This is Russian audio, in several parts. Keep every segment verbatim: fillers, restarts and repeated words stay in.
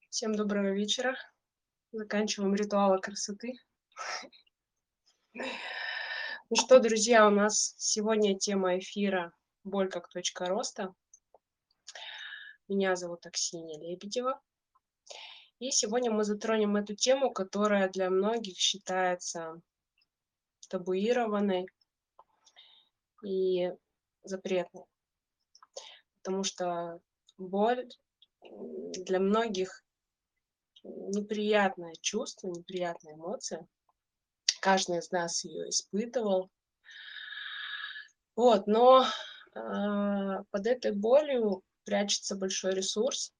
Всем доброго вечера. Заканчиваем ритуалы красоты. Ну что, друзья, у нас сегодня тема эфира «Боль как точка роста». Меня зовут Аксинья Лебедева. И сегодня мы затронем эту тему, которая для многих считается табуированной и запретной. Потому что боль м, для многих неприятное чувство, неприятная эмоция. Каждый из нас ее испытывал. Вот, но, а, под этой болью прячется большой ресурс.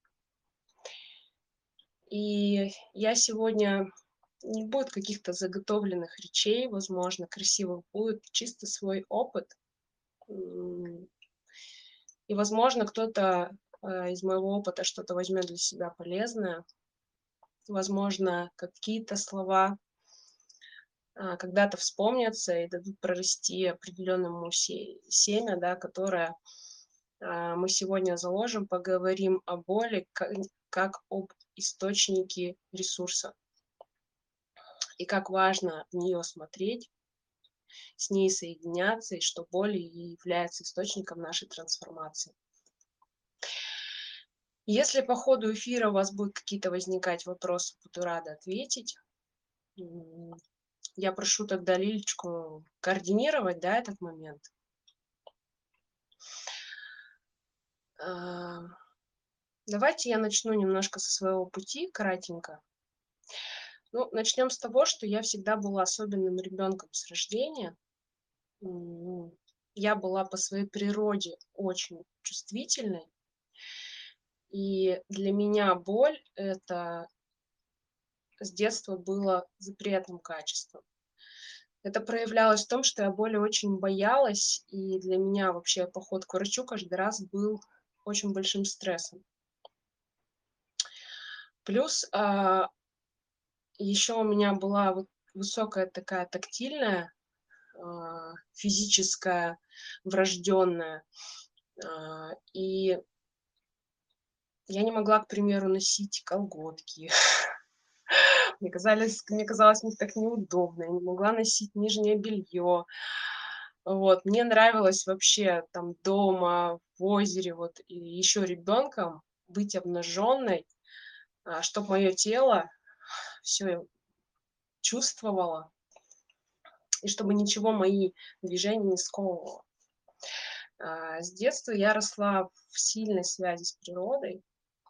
И я сегодня не будет каких-то заготовленных речей, возможно, красивых, будет чисто свой опыт. М, и, возможно, кто-то, а, из моего опыта что-то возьмет для себя полезное. Возможно, какие-то слова, а, когда-то вспомнятся и дадут прорасти определенному се семя, да, которое А, мы сегодня заложим, поговорим о боли ка как об источнике ресурса и как важно в нее смотреть, с ней соединяться, и что боль и является источником нашей трансформации. Если по ходу эфира у вас будут какие-то возникать вопросы, буду рада ответить. М, я прошу тогда Лилечку координировать, да, этот момент. А, давайте я начну немножко со своего пути, кратенько. Ну, начнем с того, что я всегда была особенным ребенком с рождения. М, Я была по своей природе очень чувствительной, и для меня боль это с детства было запретным качеством. Это проявлялось в том, что я боли очень боялась, и для меня вообще поход к врачу каждый раз был очень большим стрессом. Плюс а, еще у меня была вот высокая такая тактильная, а, физическая, врожденная. А, и я не могла, к примеру, носить колготки. Мне казались мне казалось, мне так неудобно. Я не могла носить нижнее белье. Вот. Мне нравилось вообще там дома, в озере, вот, и еще ребенком быть обнаженной, чтобы мое тело все чувствовало, и чтобы ничего мои движения не сковывало. А, с детства я росла в сильной связи с природой.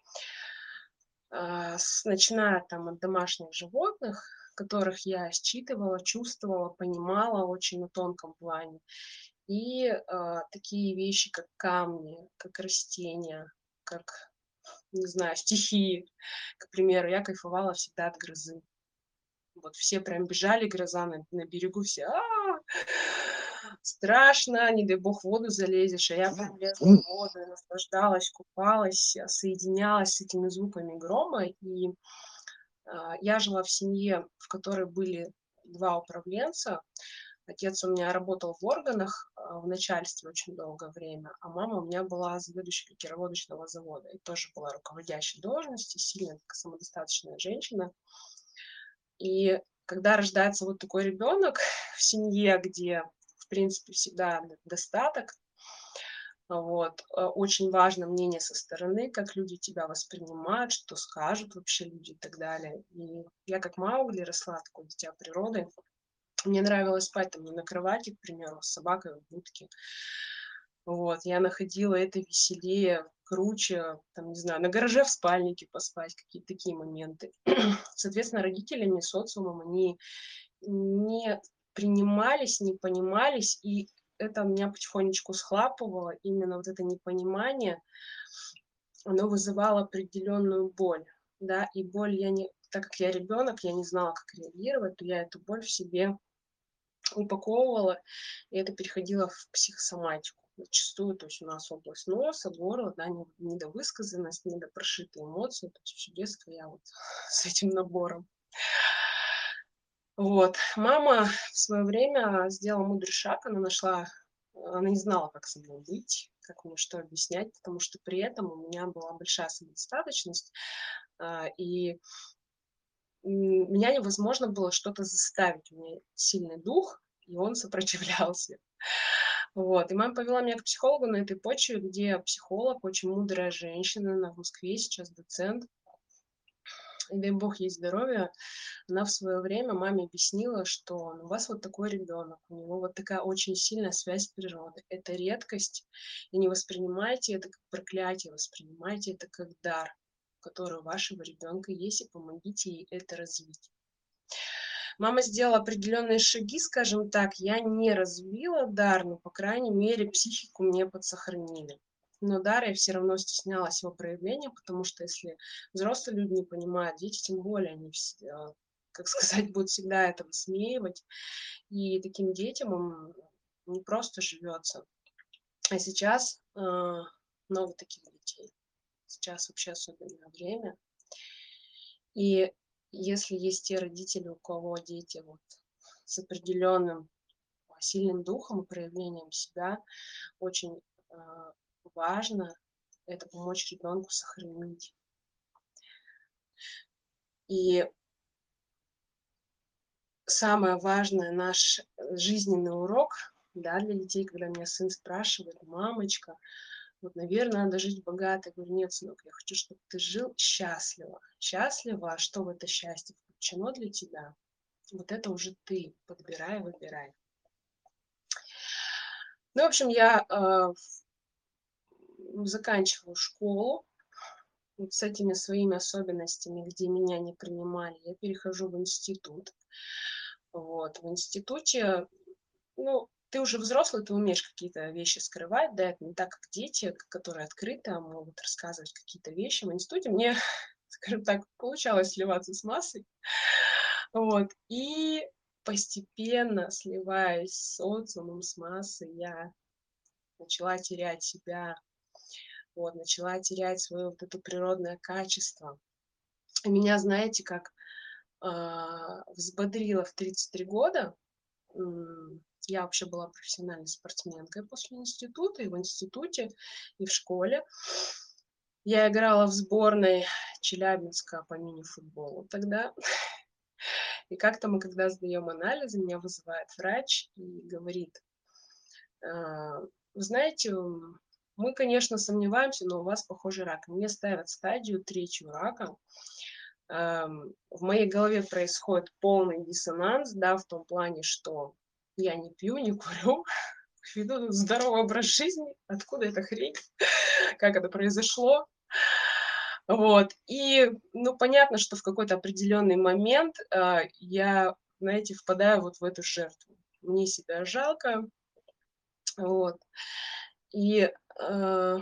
А, с начиная там от домашних животных, которых я считывала, чувствовала, понимала очень на тонком плане, и, а, такие вещи, как камни, как растения, как, не знаю, стихии. К примеру, я кайфовала всегда от грозы. Вот все прям бежали, гроза на на берегу, все: "А, страшно, не дай бог в воду залезешь". А я прям лезла в воду и наслаждалась, купалась, а, соединялась с этими звуками грома. И, а, я жила в семье, в которой были два управленца. Отец у меня работал в органах, а, в начальстве очень долгое время, а мама у меня была заведующей кироводочного завода и тоже была руководящей должности, сильная такая самодостаточная женщина. И когда рождается вот такой ребенок в семье, где, в принципе, всегда д достаток, вот, э, очень важно мнение со стороны, как люди тебя воспринимают, что скажут вообще люди и так далее. И я как Маугли росла, такое дитя природы. Мне нравилось спать там не на кровати, к примеру, а с собакой в будке. Вот, я находила это веселее, круче, там, не знаю, на гараже в спальнике поспать, какие-то такие моменты. Соответственно, родителями, социумом они не принимались, не понимались, и это меня потихонечку схлапывало. Именно вот это непонимание, оно вызывало определенную боль, да, и боль я не так как я ребенок, я не знала, как реагировать, то я эту боль в себе упаковывала, и это переходило в психосоматику. Зачастую, то есть у нас область носа, горла, да, не- недовысказанность, недопрошитые эмоции, то есть все детство я вот с этим набором. Вот. Мама в свое время сделала мудрый шаг, она нашла она не знала, как со мной быть, как мне что объяснять, потому что при этом у меня была большая самодостаточность, а, и м, меня невозможно было что-то заставить. У меня сильный дух, и он сопротивлялся. Вот. И мама повела меня к психологу на этой почве, где психолог, очень мудрая женщина, она в Москве сейчас доцент, и дай бог ей здоровья. Она в свое время маме объяснила, что ну, у вас вот такой ребенок, у него вот такая очень сильная связь с природой. Это редкость, и не воспринимайте это как проклятие, воспринимайте это как дар, который у вашего ребенка есть, и помогите ей это развить. Мама сделала определенные шаги, скажем так, я не развила дар, но, по крайней мере, психику мне подсохранили. Но дар я все равно стеснялась его проявления, потому что если взрослые люди не понимают, дети тем более, они, вс- а, как сказать, будут всегда это высмеивать. И таким детям м, не просто живется. А сейчас а, много таких детей. Сейчас вообще особенное время. И если есть те родители, у кого дети вот с определенным а, сильным духом и проявлением себя, очень а, важно это помочь ребенку сохранить. И самое важное, наш э, жизненный урок, да, для детей, когда меня сын спрашивает: мамочка, вот, наверное, надо жить богато. Я говорю: нет, сынок, я хочу, чтобы ты жил счастливо. Счастливо, а что в это счастье включено для тебя? Вот это уже ты подбирай, выбирай. Ну, в общем, я э, заканчиваю школу вот с этими своими особенностями, где меня не принимали. Я перехожу в институт. Вот, в институте, ну, ты уже взрослый, ты умеешь какие-то вещи скрывать, да, это не так, как дети, к- которые открыто могут рассказывать какие-то вещи. В институте мне, скажем так, получалось сливаться с массой, вот, и постепенно, сливаясь с социумом, с массой, я начала терять себя, вот, начала терять свое вот это природное качество. И меня, знаете, как а, взбодрило в тридцать три года. М, я вообще была профессиональной спортсменкой после института, и в институте, и в школе. Я играла в сборной Челябинска по мини-футболу тогда. И как-то мы, когда сдаем анализы, меня вызывает врач и говорит: а, вы знаете, м, мы, конечно, сомневаемся, но у вас, похоже, рак. Мне ставят стадию третью рака. Ам, в моей голове происходит полный диссонанс, да, в том плане, что я не пью, не курю, веду здоровый образ жизни. Откуда эта хрень? Как это произошло? Вот. И, ну, понятно, что в какой-то определенный момент а, я, знаете, впадаю вот в эту жертву. Мне себя жалко, вот. И э,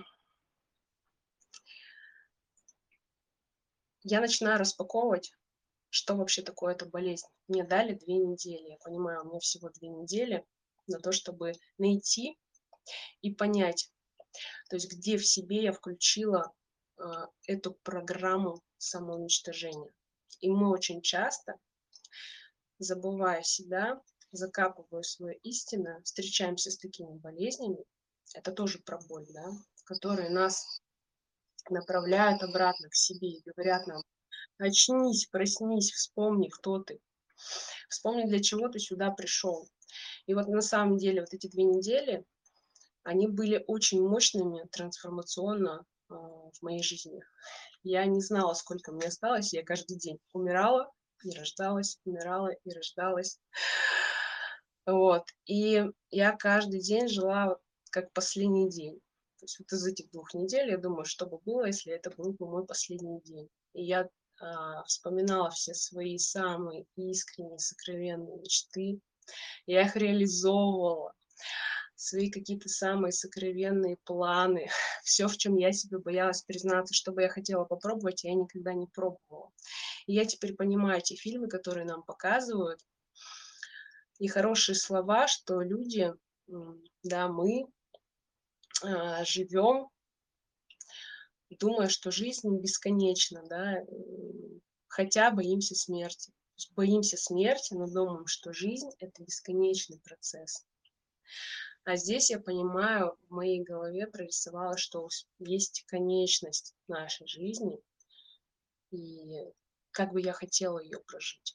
я начинаю распаковывать, что вообще такое эта болезнь. Мне дали две недели. Я понимаю, у меня всего две недели на то, чтобы найти и понять, то есть где в себе я включила а, эту программу самоуничтожения. И мы очень часто, забывая себя, закапывая свое истинное, встречаемся с такими болезнями. Это тоже про боль, да, которые нас направляют обратно к себе и говорят нам: очнись, проснись, вспомни, кто ты. Вспомни, для чего ты сюда пришел. И вот на самом деле вот эти две недели, они были очень мощными трансформационно а, в моей жизни. Я не знала, сколько мне осталось. Я каждый день умирала и рождалась, умирала и рождалась. Вот. И я каждый день жила вот как последний день. То есть вот из этих двух недель я думаю, что бы было, если это был бы мой последний день. И я а, вспоминала все свои самые искренние, сокровенные мечты. Я их реализовывала, свои какие-то самые сокровенные планы, все, в чем я себе боялась признаться, что бы я хотела попробовать, я никогда не пробовала. И я теперь понимаю эти фильмы, которые нам показывают, и хорошие слова, что люди, м, да, мы а, живем, думая, что жизнь бесконечна, да, м, хотя боимся смерти. То есть боимся смерти, но думаем, что жизнь — это бесконечный процесс. А здесь я понимаю, в моей голове прорисовалось, что ус есть конечность нашей жизни, и как бы я хотела ее прожить.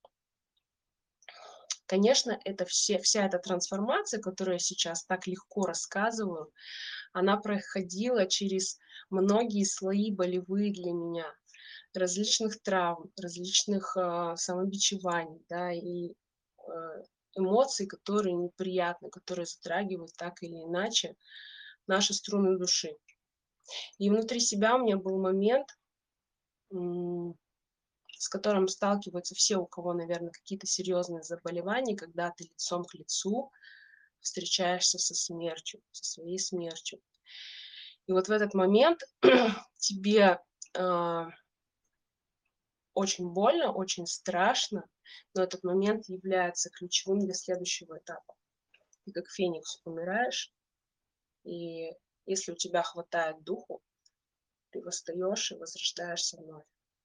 Конечно, это все вся эта трансформация, которую я сейчас так легко рассказываю, она проходила через многие слои болевые для меня, различных травм, различных, а, самобичеваний, да, и, э, эмоций, которые неприятны, которые затрагивают так или иначе наши струны души. И внутри себя у меня был момент, м, с которым сталкиваются все, у кого, наверное, какие-то серьезные заболевания, когда ты лицом к лицу встречаешься со смертью, со своей смертью. И вот в этот момент тебе, а, очень больно, очень страшно, но этот момент является ключевым для следующего этапа. Ты как феникс умираешь, и если у тебя хватает духу, ты восстаешь и возрождаешься вновь.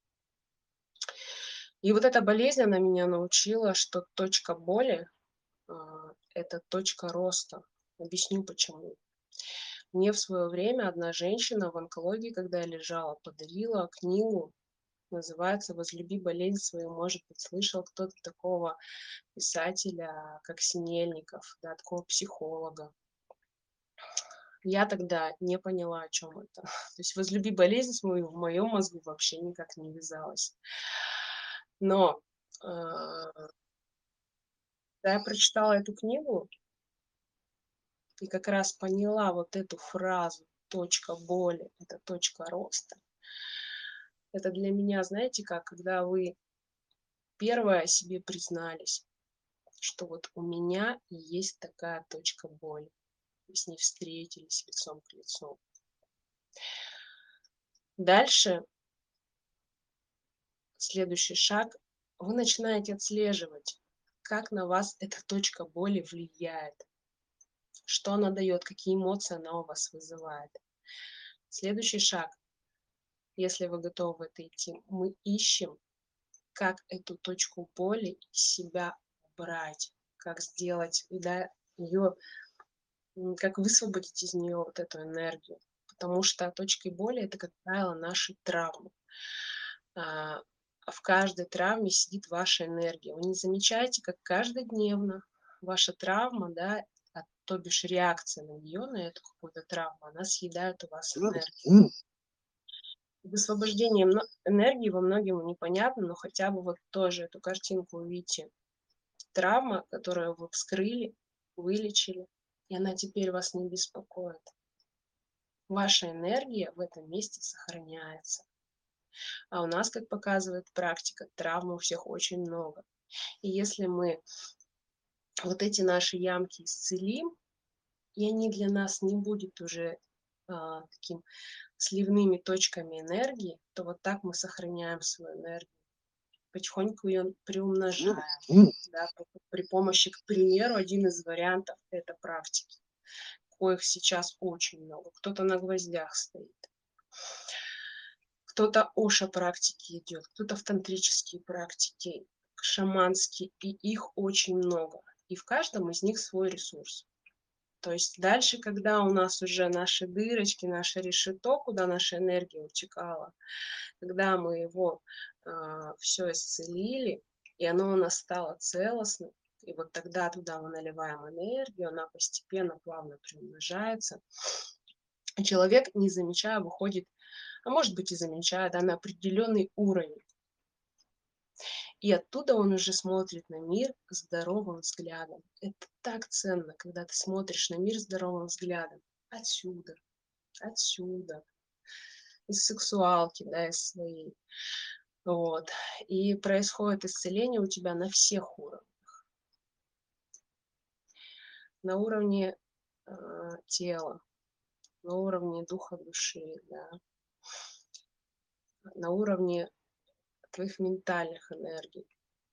И вот эта болезнь, она меня научила, что точка боли, а, это точка роста. Объясню почему. Мне в свое время одна женщина в онкологии, когда я лежала, подарила книгу, называется "Возлюби болезнь свою". Может быть, слышал кто-то такого писателя, как Синельников, да, такого психолога. Я тогда не поняла, о чем это. То есть "Возлюби болезнь свою" в моем мозгу вообще никак не вязалось. Но, а, когда я прочитала эту книгу и как раз поняла вот эту фразу "точка боли- это точка роста", это для меня, знаете как, когда вы первое себе признались, что вот у меня есть такая точка боли. Вы с ней встретились лицом к лицу. Дальше следующий шаг. Вы начинаете отслеживать, как на вас эта точка боли влияет, что она дает, какие эмоции она у вас вызывает. Следующий шаг, если вы готовы в это идти, мы ищем, как эту точку боли из себя убрать, как сделать, да, ее, как высвободить из нее вот эту энергию. Потому что точки боли это, как правило, наши травмы. А, в каждой травме сидит ваша энергия. Вы не замечаете, как каждодневно ваша травма, да, а, то бишь реакция на нее, на эту какую-то травму, она съедает у вас энергию. Высвобождение мно энергии во многим непонятно, но хотя бы вот тоже эту картинку увидите. Травма, которую вы вскрыли, вылечили, и она теперь вас не беспокоит. Ваша энергия в этом месте сохраняется. А у нас, как показывает практика, травм у всех очень много. И если мы вот эти наши ямки исцелим, и они для нас не будет уже, а, таким сливными точками энергии, то вот так мы сохраняем свою энергию. Потихоньку ее приумножаем, да, п при помощи, к примеру, один из вариантов- это практики, коих сейчас очень много. Кто-то на гвоздях стоит. Кто-то оша-практики идет, кто-то в тантрические практики, шаманские, и их очень много. И в каждом из них свой ресурс. То есть дальше, когда у нас уже наши дырочки, наше решето, куда наша энергия утекала, когда мы его, а, всё исцелили, и оно у нас стало целостным, и вот тогда туда мы наливаем энергию, она постепенно, плавно приумножается. И человек, не замечая, выходит, а может быть и замечая, да, на определенный уровень. И оттуда он уже смотрит на мир здоровым взглядом. Это так ценно, когда ты смотришь на мир здоровым взглядом. Отсюда, отсюда, из сексуалки, да, из своей. Вот. И происходит исцеление у тебя на всех уровнях. На уровне, а, тела, на уровне духа, души, да. На уровне твоих ментальных энергий.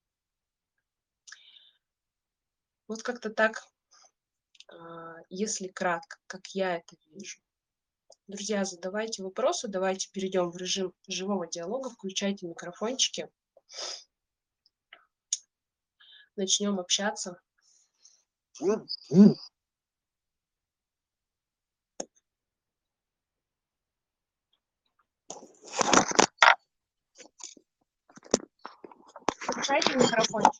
Вот как-то так, а, если кратко, как я это вижу. Друзья, задавайте вопросы, давайте перейдем в режим живого диалога, включайте микрофончики. Начнем общаться. Включайте микрофончик.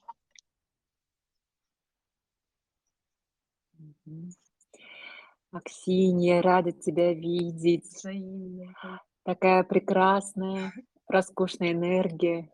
Мгм. Аксинья, рада тебя видеть. Взаимно. Такая прекрасная, роскошная энергия.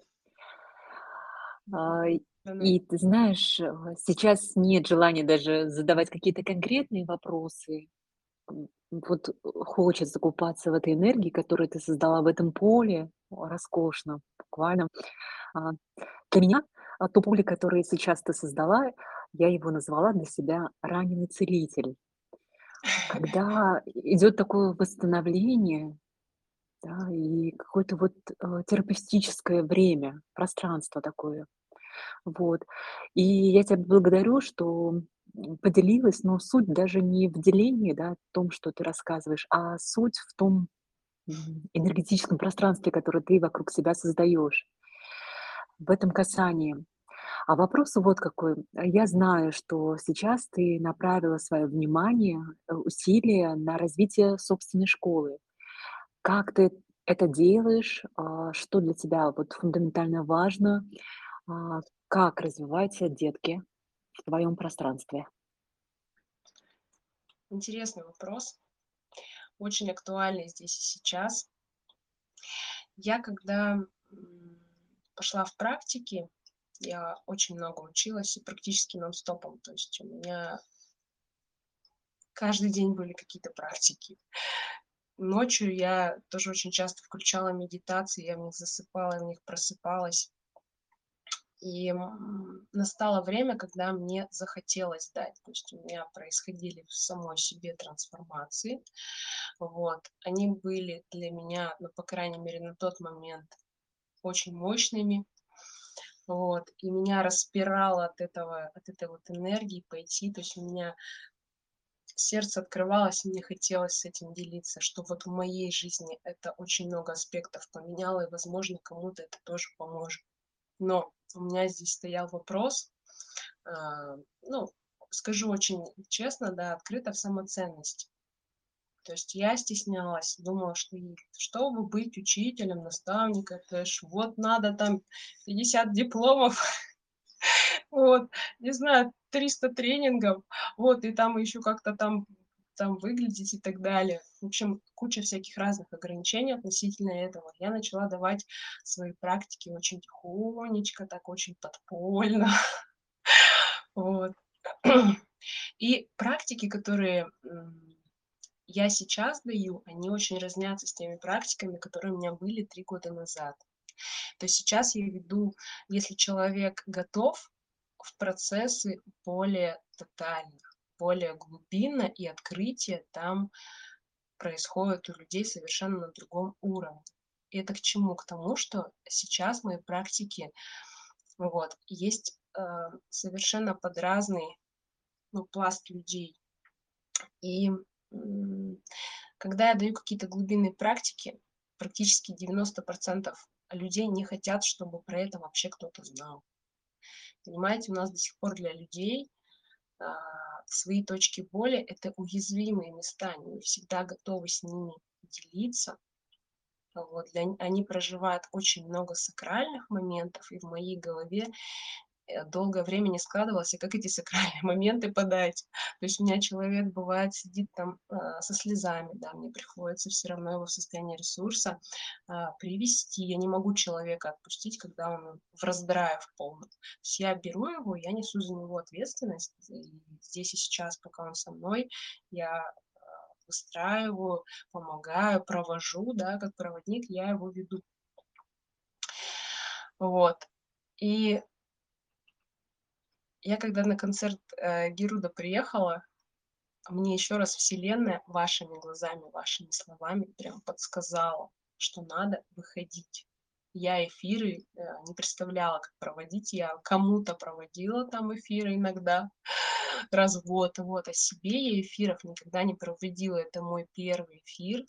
А, и Да-да. и ты знаешь, э, сейчас нет желания даже задавать какие-то конкретные вопросы. М, вот, э, хочется купаться в этой энергии, которую ты создала в этом поле, о, роскошном, буквально. А, для меня, а, то поле, которое сейчас ты создала, я его назвала для себя "раненый целитель". Когда идет такое восстановление, да, и какое-то вот, э, терапевтическое время, пространство такое. Вот. И я тебя благодарю, что, м, поделилась, но суть даже не в делении, да, в том, что ты рассказываешь, а суть в том, м, энергетическом пространстве, которое ты вокруг себя создаешь в этом касании. А вопрос вот какой. А я знаю, что сейчас ты направила свое внимание, э, усилия на развитие собственной школы. Как ты это делаешь? А, что для тебя вот фундаментально важно? А, как развиваются детки в твоем пространстве? Интересный вопрос, очень актуальный здесь и сейчас. Я когда, м, пошла в практики, я очень много училась и практически нон-стопом. То есть у меня каждый день были какие-то практики. Ночью я тоже очень часто включала медитации, я в них засыпала, я в них просыпалась. И, м, настало время, когда мне захотелось дать. То есть у меня происходили в самой себе трансформации. Вот. Они были для меня, ну, по крайней мере, на тот момент очень мощными. Вот. И меня распирало от этого, от этой вот энергии пойти. То есть у меня сердце открывалось, и мне хотелось с этим делиться, что вот в моей жизни это очень много аспектов поменяло, и, возможно, кому-то это тоже поможет. Но у меня здесь стоял вопрос, а, ну, скажу очень честно, да, открыто, в самоценности. То есть я стеснялась, думала, что и чтобы быть учителем, наставником, это ж вот надо там пятьдесят дипломов, вот, не знаю, триста тренингов, вот, и там еще как-то там там выглядеть и так далее. В общем, куча всяких разных ограничений относительно этого. Я начала давать свои практики очень тихонечко, так очень подпольно. Вот. И практики, которые, м, я сейчас даю, они очень разнятся с теми практиками, которые у меня были три года назад. То есть сейчас я веду, если человек готов, в процессы более тотальных, более глубинно, и открытие там происходит у людей совершенно на другом уровне. И это к чему? К тому, что сейчас мои практики, вот, есть, э, совершенно под разный, ну, пласт людей. И, м, когда я даю какие-то глубинные практики, практически девяносто процентов людей не хотят, чтобы про это вообще кто-то знал. Понимаете, у нас до сих пор для людей, а, свои точки боли — это уязвимые места, они не всегда готовы с ними делиться. Вот, для нь они проживают очень много сакральных моментов, и в моей голове, э, долгое время не складывалось, а как эти сакральные моменты подать. То есть у меня человек, бывает, сидит там, а, со слезами, да, мне приходится все равно его в состояние ресурса, а, привести. Я не могу человека отпустить, когда он в раздрае в полном. То есть я беру его, я несу за него ответственность. И здесь и сейчас, пока он со мной, я, а, выстраиваю, помогаю, провожу, да, как проводник я его веду. Вот. И я когда на концерт, э, Геруда приехала, мне еще раз Вселенная вашими глазами, вашими словами прям подсказала, что надо выходить. Я эфиры, э, не представляла, как проводить. Я кому-то проводила там эфиры иногда, раз в год, вот, а себе я эфиров никогда не проводила. Это мой первый эфир.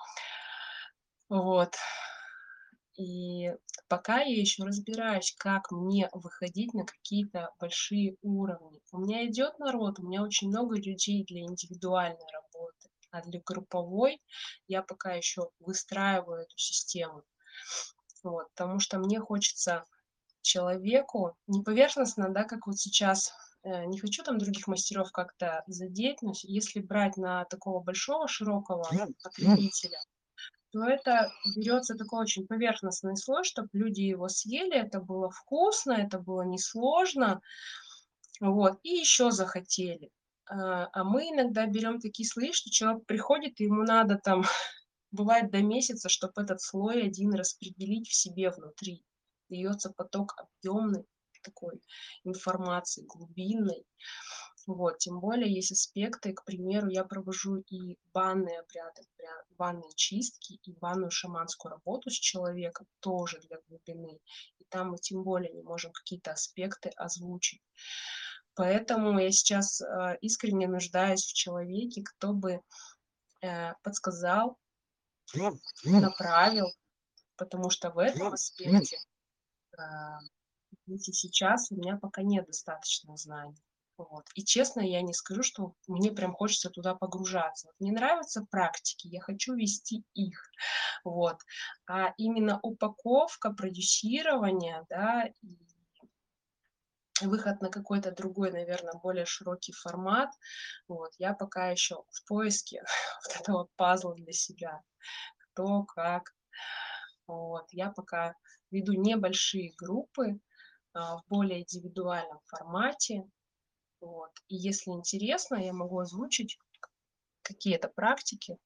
Вот. И пока я еще разбираюсь, как мне выходить на какие-то большие уровни. У меня идет народ, у меня очень много людей для индивидуальной работы. А для групповой я пока еще выстраиваю эту систему. Вот, потому что мне хочется человеку не поверхностно, да, как вот сейчас, э, не хочу там других мастеров как-то задеть, но с если брать на такого большого, широкого потребителя, то это берется такой очень поверхностный слой, чтобы люди его съели, это было вкусно, это было несложно, вот, и еще захотели. А, а мы иногда берем такие слои, что человек приходит, и ему надо там, бывает, до месяца, чтобы этот слой один распределить в себе внутри. Дается поток объемный такой информации, глубинной. Вот, тем более есть аспекты, к примеру, я провожу и банные обряды, пря- банные чистки, и банную шаманскую работу с человеком, тоже для глубины. И там мы тем более не можем какие-то аспекты озвучить. Поэтому я сейчас э, искренне нуждаюсь в человеке, кто бы э, подсказал, направил, потому что в этом аспекте а, здесь и сейчас у меня пока нет достаточно знаний. Вот. И честно, я не скажу, что мне прям хочется туда погружаться. Вот мне нравятся практики, я хочу вести их. Вот. А именно упаковка, продюсирование, да, и выход на какой-то другой, наверное, более широкий формат, вот, я пока еще в поиске вот этого пазла для себя. Кто, как. Вот. Я пока веду небольшие группы, а, в более индивидуальном формате. Вот. И если интересно, я могу озвучить какие-то практики.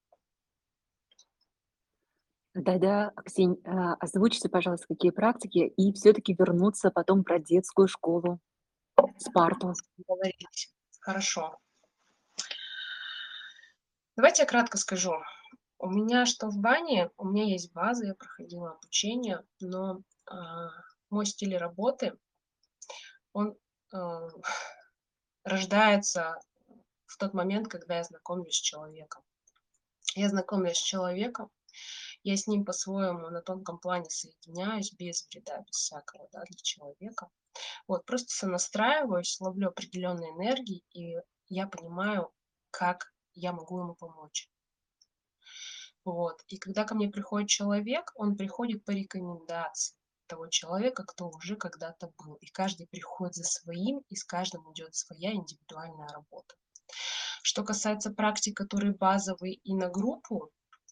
Да-да, Ксень, а, озвучьте, пожалуйста, какие практики, и все-таки вернуться потом про детскую школу, Спарту. Договорились. Хорошо. Давайте я кратко скажу. У меня что в бане, у меня есть база, я проходила обучение, но а, мой стиль работы, он а, рождается в тот момент, когда я знакомлюсь с человеком. Я знакомлюсь с человеком, я с ним по-своему на тонком плане соединяюсь, без вреда, без всякого, да, для человека. Вот, просто сонастраиваюсь, ловлю определенные энергии, и я понимаю, как я могу ему помочь. Вот. И когда ко мне приходит человек, он приходит по рекомендации того человека, кто уже когда-то был. И каждый приходит за своим, и с каждым идет своя индивидуальная работа. Что касается практик, которые базовые и на группу,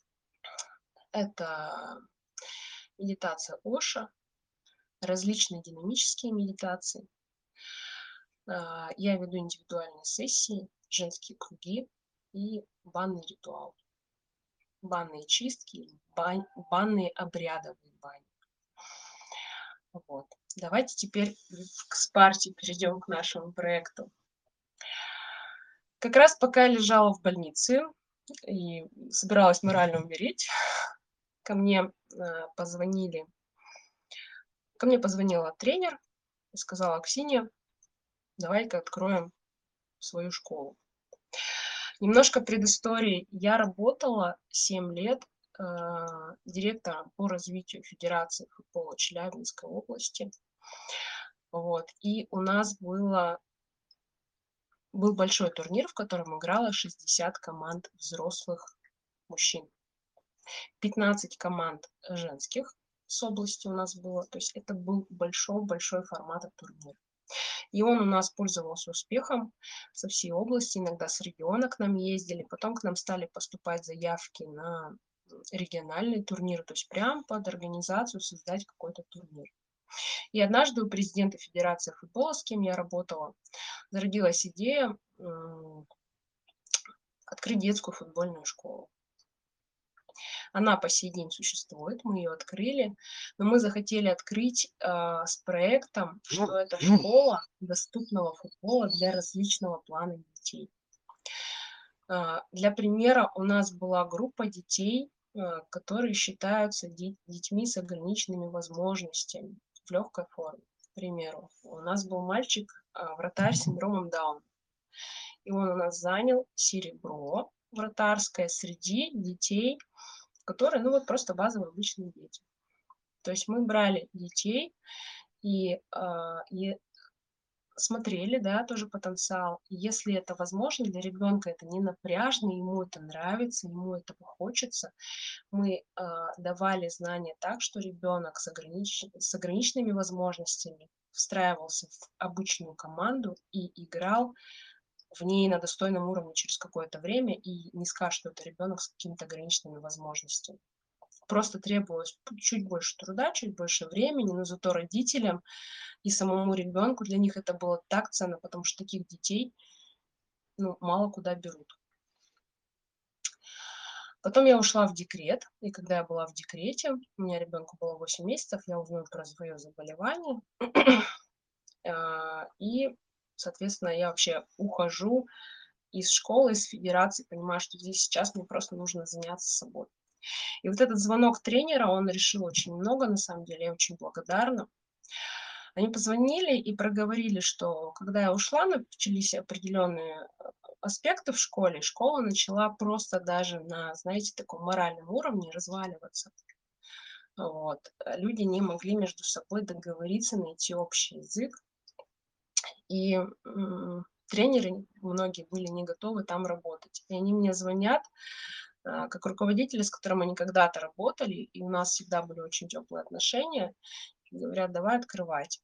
это медитация Оша, различные динамические медитации. А, Я веду индивидуальные сессии, женские круги и банный ритуал. Банные чистки, бань, банные обрядовые бани. Вот. Давайте теперь к Спарте перейдем к нашему проекту. Как раз пока я лежала в больнице и собиралась морально умереть, ко мне э, позвонили, ко мне позвонила тренер и сказала: Ксения, давай-ка откроем свою школу. Немножко предыстории. Я работала семь лет э, директором по развитию Федерации футбола Челябинской области. Вот. И у нас было, был большой турнир, в котором играло шестьдесят команд взрослых мужчин. пятнадцать команд женских с области у нас было. То есть это был большой-большой формат турнира. И он у нас пользовался успехом со всей области, иногда с региона к нам ездили, потом к нам стали поступать заявки на региональные турниры, то есть прям под организацию создать какой-то турнир. И однажды у президента Федерации футбола, с кем я работала, зародилась идея открыть детскую футбольную школу. Она по сей день существует, мы ее открыли, но мы захотели открыть э, с проектом, что это школа доступного футбола для различного плана детей. Э, для примера, у нас была группа детей, э, которые считаются де- детьми с ограниченными возможностями в легкой форме. К примеру, у нас был мальчик, э, вратарь с синдромом Дауна, и он у нас занял серебро вратарское среди детей, которые, ну вот просто базовые обычные дети. То есть мы брали детей и, а, и смотрели, да, тоже потенциал. И если это возможно, для ребенка это не напряжно, ему это нравится, ему этого хочется, мы а, давали знания так, что ребенок с, огранич... с ограниченными возможностями встраивался в обычную команду и играл в ней на достойном уровне через какое-то время, и не скажешь, что это ребенок с какими-то ограниченными возможностями. Просто требовалось п- чуть больше труда, чуть больше времени, но зато родителям и самому ребенку для них это было так ценно, потому что таких детей, ну, мало куда берут. Потом я ушла в декрет, и когда я была в декрете, у меня ребенку было восемь месяцев, я узнала про свое заболевание, а, и, соответственно, я вообще ухожу из школы, из федерации, понимаю, что здесь сейчас мне просто нужно заняться собой. И вот этот звонок тренера, он решил очень много, на самом деле, я очень благодарна. Они позвонили и проговорили, что когда я ушла, начались определенные а, аспекты в школе. Школа начала просто даже на, знаете, таком моральном уровне разваливаться. Вот. А Люди не могли между собой договориться, найти общий язык. И м, тренеры многие были не готовы там работать. И они мне звонят, а, как руководители, с которым они когда-то работали, и у нас всегда были очень теплые отношения, и говорят, давай открывать.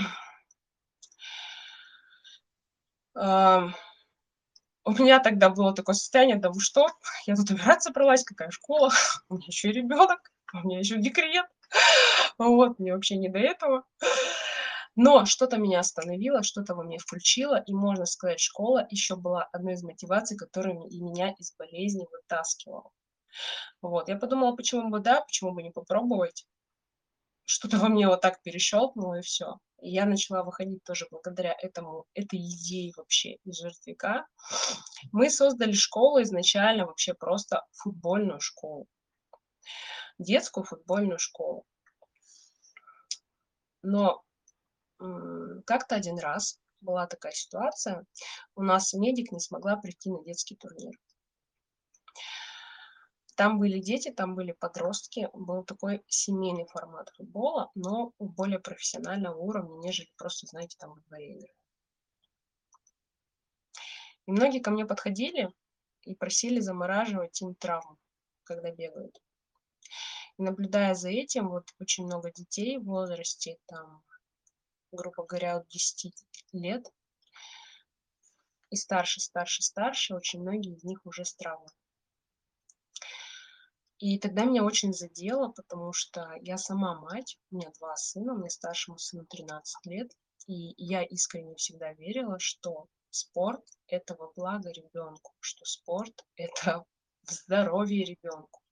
Ам, У меня тогда было такое состояние, да вы что, я тут убирать собралась, какая школа, у меня еще и ребенок, у меня еще декрет, вот, мне вообще не до этого. Но что-то меня остановило, что-то во мне включило, и, можно сказать, школа еще была одной из мотиваций, которая ме- и меня из болезни вытаскивала. Вот, я подумала, почему бы да, почему бы не попробовать. Что-то во мне вот так перещелкнуло, и все. И я начала выходить тоже благодаря этому, этой идее вообще из жертвяка. Мы создали школу изначально, вообще просто футбольную школу, детскую футбольную школу. Но м, как-то один раз была такая ситуация, у нас медик не смогла прийти на детский турнир. Там были дети, там были подростки, был такой семейный формат футбола, но более профессионального уровня, нежели просто, знаете, там во дворе игры. И многие ко мне подходили и просили замораживать им травму, когда бегают. И наблюдая за этим, вот очень много детей в возрасте, там, грубо говоря, от десяти лет и старше, старше, старше, очень многие из них уже с травмой. И тогда меня очень задело, потому что я сама мать, у меня два сына, мне старшему сыну тринадцать лет, и я искренне всегда верила, что спорт — это во благо ребенку, что спорт — это в здоровье ребенку.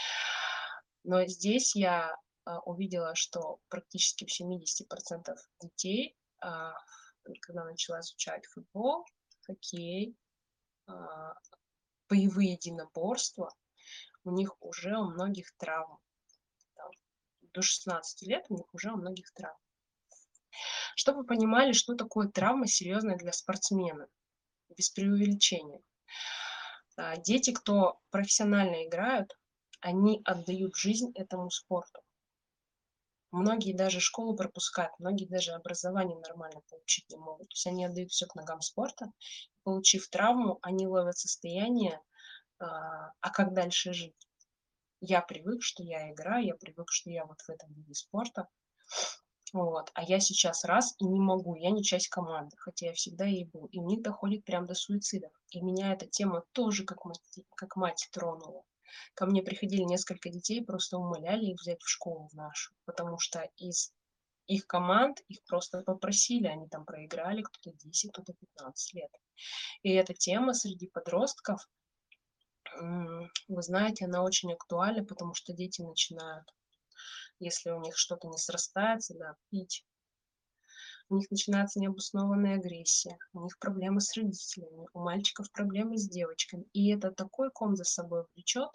Но здесь я а, увидела, что практически в семидесяти процентах детей, а, когда начала изучать футбол, хоккей, а, боевые единоборства, у них уже у многих травм. Там, до шестнадцати лет у них уже у многих травм. Чтобы вы понимали, что такое травма серьезная для спортсмена, без преувеличения. А, Дети, кто профессионально играют, они отдают жизнь этому спорту. Многие даже школу пропускают, многие даже образование нормально получить не могут. То есть они отдают все к ногам спорта. Получив травму, они ловят состояние, а, а как дальше жить? Я привык, что я играю, я привык, что я вот в этом виде спорта. Вот. А я сейчас раз и не могу, я не часть команды, хотя я всегда ей был. И у них доходит прям до суицидов. И меня эта тема тоже как мать, как мать тронула. Ко мне приходили несколько детей, просто умоляли их взять в школу в нашу, потому что из их команд их просто попросили, они там проиграли, кто-то десять, кто-то пятнадцать лет. И эта тема среди подростков, м, вы знаете, она очень актуальна, потому что дети начинают, если у них что-то не срастается, да, пить. У них начинается необоснованная агрессия, у них проблемы с родителями, у мальчиков проблемы с девочками. И это такой ком за собой влечет.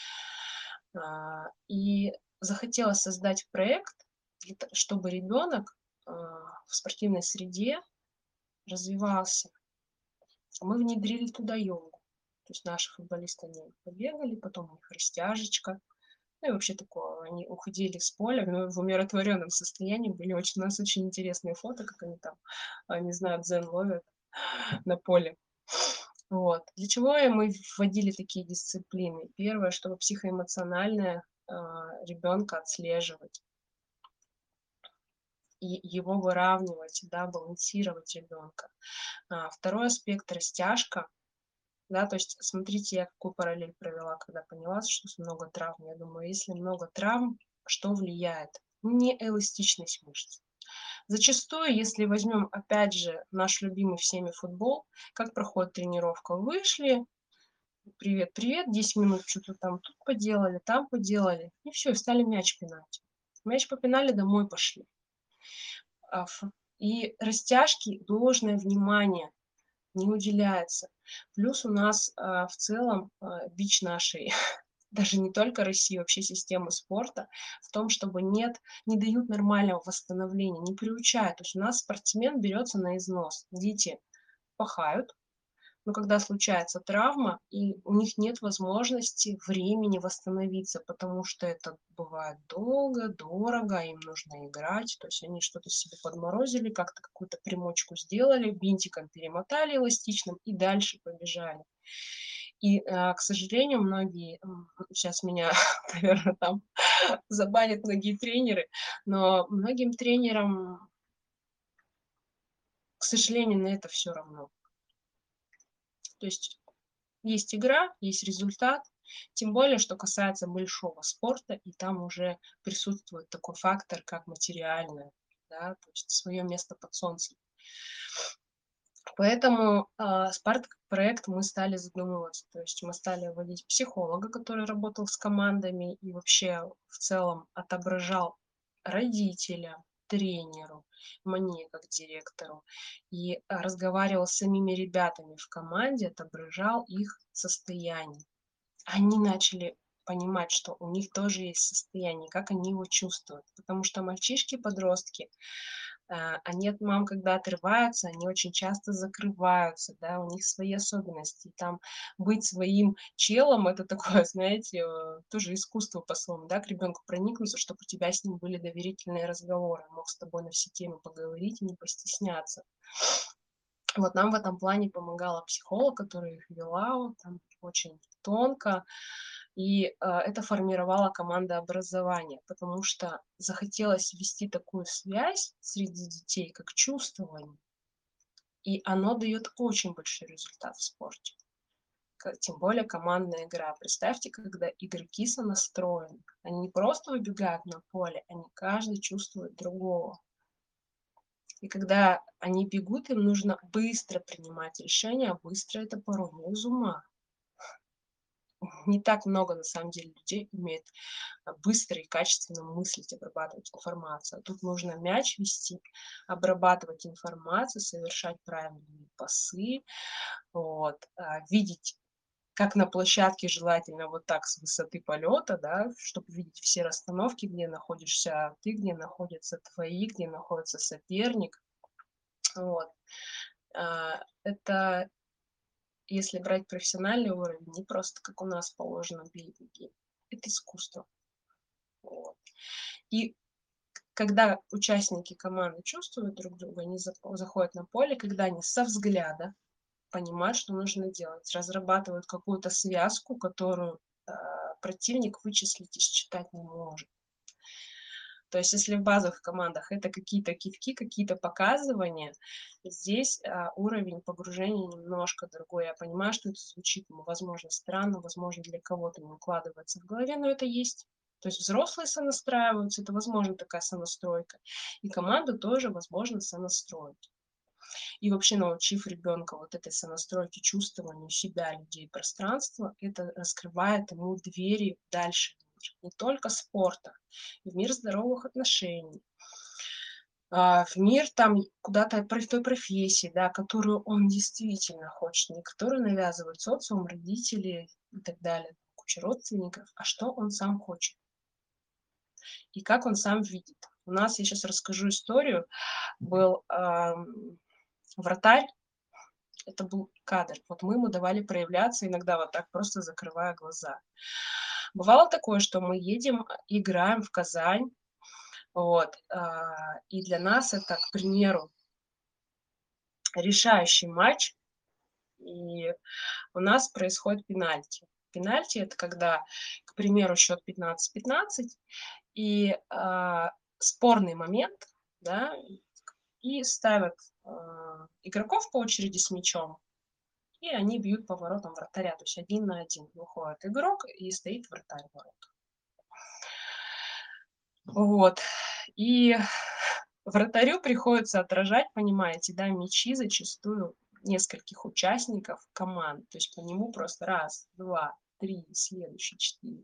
А, И захотела создать проект, для то- чтобы ребенок а, в спортивной среде развивался. Мы внедрили туда йогу. То есть наши футболисты, они побегали, потом у них растяжечка, Ну и вообще такое, они уходили с поля, но в умиротворенном состоянии были. Очень, у нас очень интересные фото, как они там, а, не знаю, дзен ловят на поле. Вот. Для чего и мы вводили такие дисциплины? Первое, чтобы психоэмоционально а, ребенка отслеживать и его выравнивать, да, балансировать ребенка. А, второй аспект — растяжка. Да, то есть, смотрите, я какую параллель провела, когда поняла, что много травм. Я думаю, если много травм, что влияет? Не эластичность мышц. Зачастую, если возьмем, опять же, наш любимый всеми футбол, как проходит тренировка? Вышли, привет, привет, десять минут что-то там тут поделали, там поделали, и все, и стали мяч пинать. Мяч попинали, домой пошли. А, ф- И растяжки должное внимание не уделяется. Плюс у нас, а, в целом, а, бич нашей, даже не только России, вообще системы спорта, в том, чтобы нет не дают нормального восстановления, не приучают. То есть у нас спортсмен берется на износ. Дети пахают, но когда случается травма, и у них нет возможности, времени восстановиться, потому что это бывает долго, дорого, им нужно играть. То есть они что-то себе подморозили, как-то какую-то примочку сделали, бинтиком перемотали эластичным и дальше побежали. И, а, к сожалению, многие, сейчас меня, наверное, там забанят многие тренеры, но многим тренерам, к сожалению, на это все равно. То есть есть игра, есть результат, тем более, что касается большого спорта, и там уже присутствует такой фактор, как материальное, да, то есть свое место под солнцем. Поэтому, а, спарт-проект мы стали задумываться. То есть мы стали вводить психолога, который работал с командами и вообще в целом отображал родителя, тренеру, мне как директору, и, а, разговаривал с самими ребятами в команде, отображал их состояние. Они начали понимать, что у них тоже есть состояние, как они его чувствуют. Потому что мальчишки-подростки, а, они от мам, когда отрываются, они очень часто закрываются, да, у них свои особенности. И там быть своим челом — это такое, знаете, э, тоже искусство по-своему, да, к ребенку проникнуться, чтобы у тебя с ним были доверительные разговоры, он мог с тобой на все темы поговорить и не постесняться. Вот нам в этом плане помогала психолог, которая их вела, вот там очень тонко, и, а, это формировало командообразование, потому что захотелось ввести такую связь среди детей, как чувствование, и оно дает очень большой результат в спорте. Ка Тем более командная игра. Представьте, когда игроки сонастроены, они не просто выбегают на поле, они каждый чувствует другого. И когда они бегут, им нужно быстро принимать решения, а быстро — это порой не из ума. Не так много, на самом деле, людей умеет, а, быстро и качественно мыслить, обрабатывать информацию. А тут нужно мяч вести, обрабатывать информацию, совершать правильные пасы, вот, а, видеть, как на площадке, желательно вот так с высоты полета, да, чтобы видеть все расстановки, где находишься ты, где находятся твои, где находится соперник. Вот. А, это если брать профессиональный уровень, не просто как у нас положено бей беги. Это искусство. Вот. И когда участники команды чувствуют друг друга, они зап- заходят на поле, когда они со взгляда понимают, что нужно делать, разрабатывают какую-то связку, которую а, противник вычислить и считать не может. То есть если в базовых командах это какие-то кивки, какие-то показывания, здесь, а, уровень погружения немножко другой. Я понимаю, что это звучит, ну, возможно, странно, возможно, для кого-то не укладывается в голове, но это есть. То есть взрослые сонастраиваются, это возможно такая сонастройка, и команду тоже возможно сонастроить. И вообще, научив ребенка вот этой сонастройке, чувствованию себя, людей, пространства, это раскрывает ему двери дальше в мир. Не только спорта, в мир здоровых отношений, а, в мир там куда-то про той профессии, да, которую он действительно хочет, не которую навязывают социум, родители и так далее, куча родственников, а что он сам хочет и как он сам видит. У нас, я сейчас расскажу историю, был, ам, вратарь. Это был кадр. Вот мы ему давали проявляться иногда вот так, просто закрывая глаза. Бывало такое, что мы едем, а, играем в Казань, вот, а, и для нас это, к примеру решающий матч, и у нас происходит пенальти. Пенальти- это когда, к примеру, счет пятнадцать пятнадцать, и, а, спорный момент, да, и ставят, а, игроков по очереди с мячом, и они бьют по воротам вратаря. То есть один на один выходит игрок, и стоит вратарь у ворот. Вот. И вратарю приходится отражать, понимаете, да, мячи зачастую нескольких участников команд. То есть по нему просто раз, два, три, следующий четыре.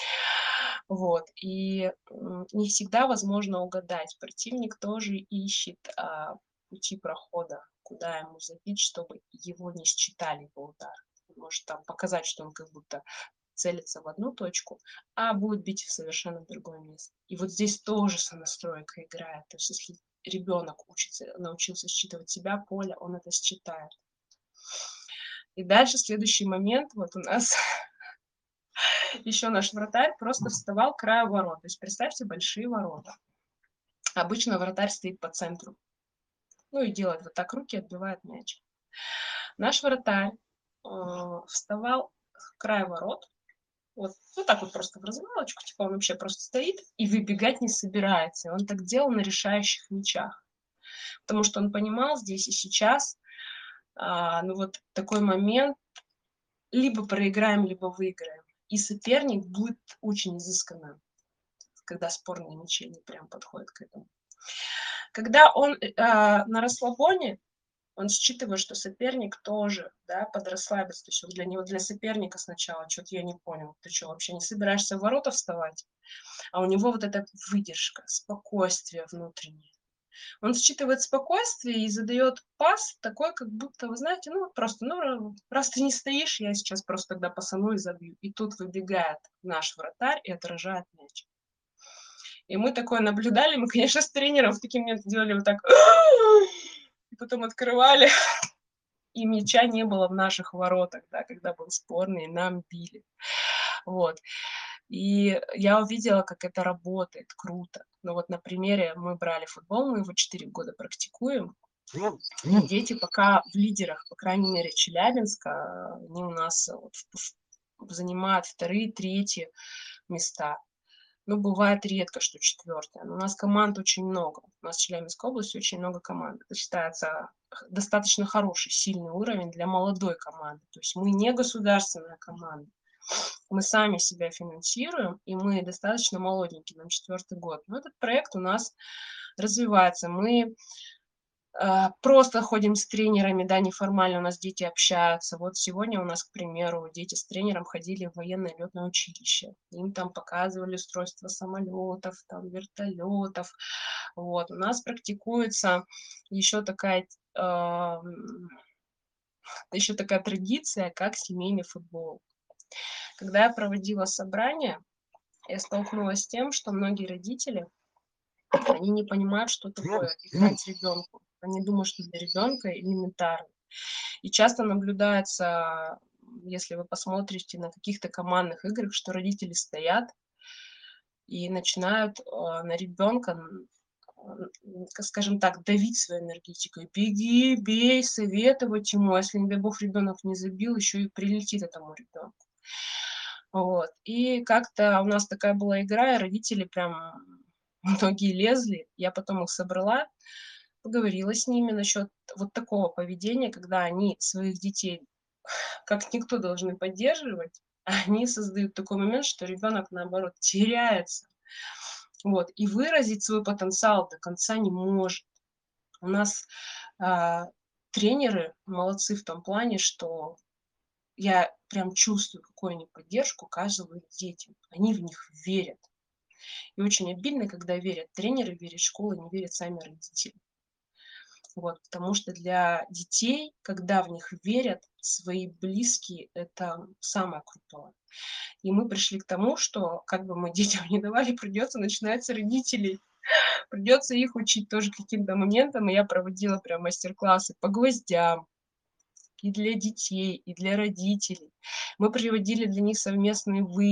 Вот. И, м, не всегда возможно угадать. Противник тоже ищет, а, пути прохода, куда ему забить, чтобы его не считали по удару. Он может там показать, что он как будто целится в одну точку, а будет бить в совершенно другое место. И вот здесь тоже сонастройка играет. То есть если ребенок учится научился считывать себя, поле, он это считает. И дальше следующий момент. Вот у нас еще наш вратарь просто вставал к краю ворот. То есть представьте большие ворота. Обычно вратарь стоит по центру. Ну и делает вот так руки, отбивает мяч. Наш вратарь, а, вставал к краю ворот. Вот, вот так вот просто в развалочку, типа он вообще просто стоит и выбегать не собирается. И он так делал на решающих мячах. Потому что он понимал здесь и сейчас, а, ну вот такой момент: либо проиграем, либо выиграем. И соперник будет очень изысканным, когда спорные мячи, они прям подходят к этому. Когда он, э, а, на расслабоне, он считывает, что соперник тоже, да, подрасслабится. То есть он для него, для соперника сначала: "Чё-то я не понял, ты чё, вообще не собираешься в ворота вставать?" А у него вот эта выдержка, спокойствие внутреннее. Он считывает спокойствие и задает пас такой, как будто, вы знаете, ну вот просто, ну, ра раз ты не стоишь, я сейчас просто тогда пасану и забью. И тут выбегает наш вратарь и отражает мяч. И мы такое наблюдали. Мы, конечно, с тренером в такие моменты делали вот так и потом открывали, и мяча не было в наших воротах, да, когда был спорный, и нам били. Вот. И я увидела, как это работает круто. Ну вот на примере: мы брали футбол, мы его четыре года практикуем. И дети пока в лидерах, по крайней мере, Челябинска, а, они у нас вот в ф занимают вторые третьи места. Ну, бывает редко, что четвёртые, но у нас команд очень много. У нас в Челябинской области очень много команд. Это считается х достаточно хороший, сильный уровень для молодой команды. То есть мы не государственная команда. Мы сами себя финансируем, и мы достаточно молоденькие, нам четвёртый год. Но этот проект у нас развивается. Мы, а, просто ходим с тренерами, да, неформально у нас дети общаются. Вот сегодня у нас, к примеру, дети с тренером ходили в военное лётное училище. Им там показывали устройство самолетов, там, вертолетов. Вот. У нас практикуется еще такая, ам, еще такая традиция, как семейный футбол. Когда я проводила собрания, я столкнулась с тем, что многие родители, они не понимают, что такое играть ребенку. Они думают, что для ребенка элементарно. И часто наблюдается, если вы посмотрите на каких-то командных играх, что родители стоят и начинают, а, на ребенка, н н ка скажем так, давить своей энергетикой: "Беги, бей", советовать ему. А если, не дай бог, ребенок не забил, еще и прилетит этому ребенку. Вот. И как-то у нас такая была игра, и родители прям многие лезли. Я потом их собрала, поговорила с ними насчет вот такого поведения, когда они своих детей как никто должны поддерживать, а они создают такой момент, что ребенок, наоборот, теряется. Вот. И выразить свой потенциал до конца не может. У нас, а, тренеры молодцы в том плане, что я прям чувствую, какую они поддержку оказывают детям. Они в них верят. И очень обидно, когда верят тренеры, верит школа, не верят сами родители. Вот. Потому что для детей, когда в них верят свои близкие, это самое крутое. И мы пришли к тому, что как бы мы детям не давали, придется начинать с родителей. Придется их учить тоже каким-то моментам. И я проводила прям мастер-классы по гвоздям и для детей, и для родителей. Мы проводили для них совместные выезды.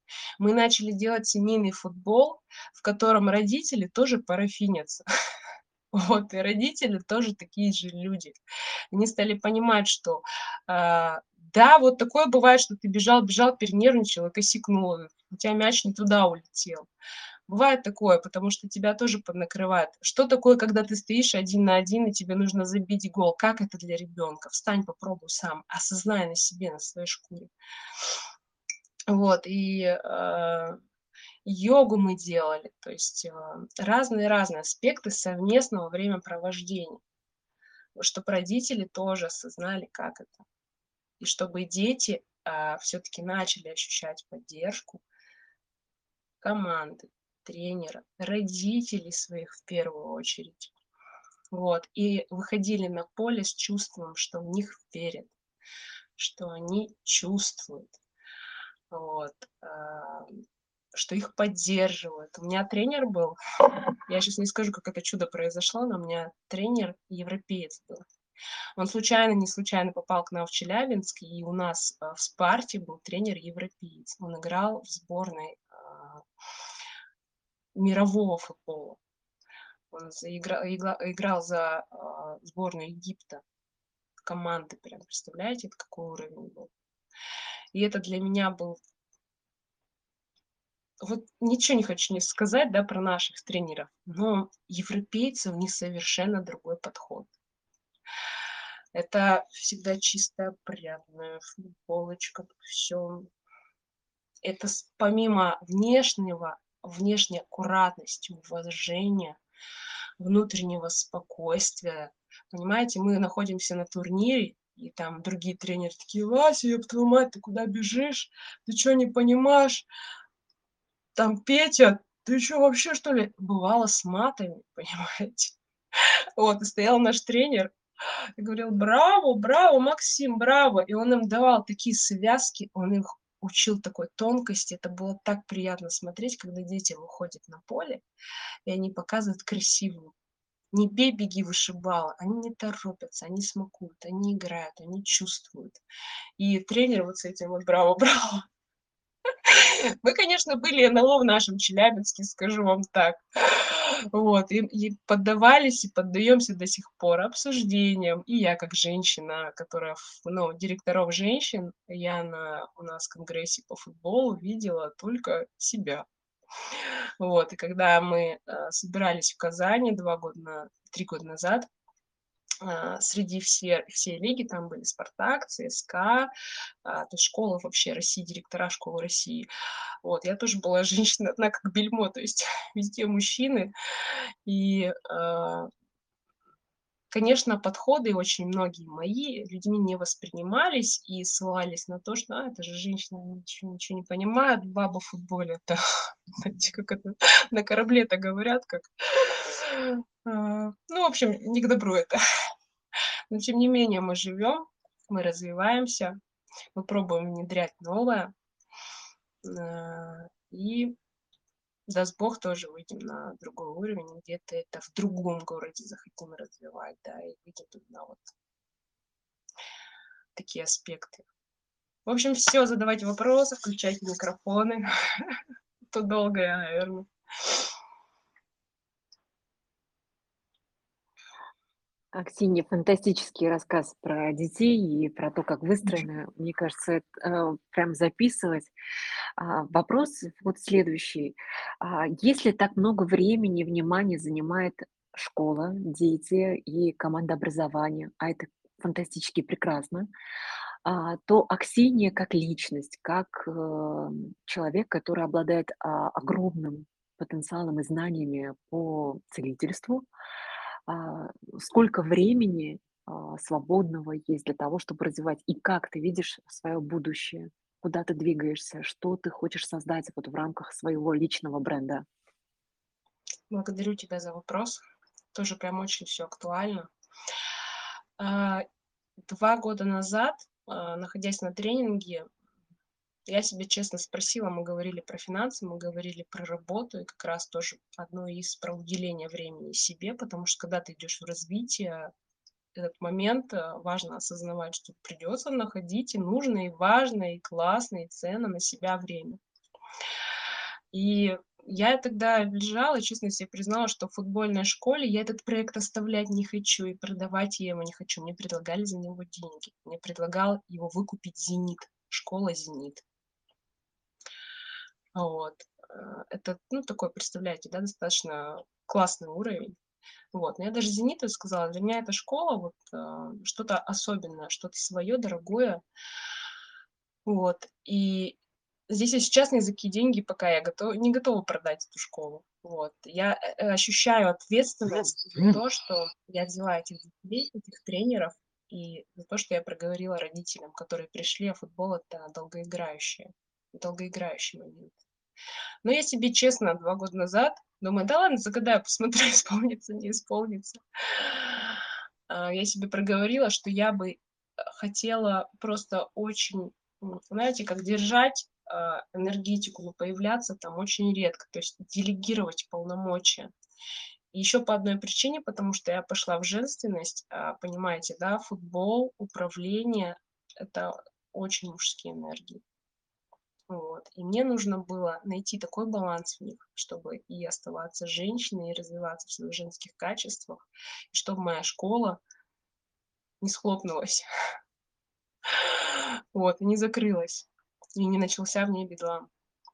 Мы начали делать семейный футбол, в котором родители тоже парафинятся. Вот, и родители тоже такие же люди. Они стали понимать, что, а, да, вот такое бывает, что ты бежал бежал, перенервничал и косякнул, у тебя мяч не туда улетел. Бывает такое, потому что тебя тоже поднакрывает. Что такое, когда ты стоишь один на один и тебе нужно забить гол? Как это для ребенка? Встань, попробуй сам, осознай на себе, на своей шкуре. Вот, и, а, йогу мы делали, то есть, а, разные-разные аспекты совместного времяпровождения. Вот чтоб родители тоже осознали, как это. И чтобы дети, а, всё-таки начали ощущать поддержку команды, тренера, родителей своих в первую очередь. Вот, и выходили на поле с чувством, что в них верят, что они чувствуют, вот, ам, что их поддерживают. У меня тренер был, я щас не скажу, как это чудо произошло, но у меня тренер европеец был. Он случайно не случайно попал к нам в Челябинск, и у нас, а, в "Спарте" был тренер-европеец. Он играл в сборной, а мирового футбола. Он заигра игла играл за, а, сборную Египта. Команды прям, представляете, это какой уровень был? И это для меня был Вот ничего не хочу не сказать, да, про наших тренеров, но европейцы, у них совершенно другой подход. Это всегда чисто опрятная футболочка, всё. Это с помимо внешнего внешней аккуратности, уважения, внутреннего спокойствия. Понимаете, мы находимся на турнире, и там другие тренеры такие: "Вася, ёб твою мать, ты куда бежишь? Ты чё, не понимаешь?" Там: "Петя, ты чё, вообще, что ли?" Бывало с матами, понимаете. Вот, и стоял наш тренер и говорил: "Браво, браво, Максим, браво!" И он им давал такие связки, он их учил такой тонкости. Это было так приятно смотреть, когда дети выходят на поле, и они показывают красивую. Не бей, беги, вышибала. Они не торопятся, они смакуют, они играют, они чувствуют. И тренер вот с этим вот браво, браво. Мы, конечно, были НЛО в нашем Челябинске, скажу вам так. Вот, и и поддавались, и поддаемся до сих пор обсуждениям. И я, как женщина, которая ф ну, директоров женщин, я на у нас конгрессе по футболу видела только себя. Вот, и когда мы, а, собирались в Казани два года на три года назад, а, среди все всей лиги там были "Спартак", "ЦСКА", а, то есть школа вообще России, директора школ России. Вот, я тоже была женщина одна как бельмо, то есть везде мужчины. И, а конечно, подходы очень многие мои людьми не воспринимались и ссылались на то, что: "А, это же женщина, они ничего ничего не понимают, баба в футболе". Это, знаете, как это на корабле-то говорят, как, а, ну, в общем, не к добру это. Но тем не менее мы живем, мы развиваемся, мы пробуем внедрять новое. А, и даст Бог, тоже выйдем на другой уровень, где-то это в другом городе захотим развивать, да, и выйдем туда вот. Такие аспекты. В общем, всё, задавайте вопросы, включайте микрофоны. То долго я, наверно. Аксинья, фантастический рассказ про детей и про то, как Мгм. выстроено. Мне кажется, эт э, прям записывать. А, вопрос вот следующий. А, если так много времени, внимания занимает школа, дети и команда образования, а это фантастически прекрасно, а, то Аксинья как личность, как, э, человек, который обладает, а, огромным потенциалом и знаниями по целительству, а, сколько времени, а, свободного есть для того, чтобы развивать? И как ты видишь своё будущее? Куда ты двигаешься? Что ты хочешь создать вот в рамках своего личного бренда? Благодарю тебя за вопрос. Тоже прям очень всё актуально. А, два года назад, а, находясь на тренинге, я себя честно спросила, мы говорили про финансы, мы говорили про работу, и как раз тоже одно из про уделение времени себе, потому что когда ты идёшь в развитие, этот момент, а, важно осознавать, что придётся находить и нужное, и важное, и классное, и ценно на себя время. И я тогда лежала и честно себе признала, что в футбольной школе я этот проект оставлять не хочу и продавать я его не хочу. Мне предлагали за него деньги. Мне предлагал его выкупить "Зенит", школа "Зенит". Вот. Э, это, ну, такой, представляете, да, достаточно классный уровень. Вот. Но я даже "Зениту" сказала: "Для меня эта школа вот, э, что-то особенное, что-то свое, дорогое". Вот. И здесь и сейчас ни за какие деньги пока я готова не готова продать эту школу. Вот. Я, э, э, ощущаю ответственность за то, что я взяла этих детей, этих тренеров, и за то, что я проговорила родителям, которые пришли, а футбол — это долгоиграющее долгоиграющий момент. Но я себе честно два года назад думаю: "Да ладно, загадаю, посмотрю, исполнится, не исполнится". А, я себе проговорила, что я бы, э, хотела просто очень, м, знаете, как держать, а, энергетику, но появляться там очень редко, то есть делегировать полномочия. И еще по одной причине, потому что я пошла в женственность, а, понимаете, да, футбол, управление — это очень мужские энергии. Вот. И мне нужно было найти такой баланс в них, чтобы и оставаться женщиной, и развиваться в своих женских качествах, и чтобы моя школа не схлопнулась, вот, и не закрылась, и не начался в ней бедлам.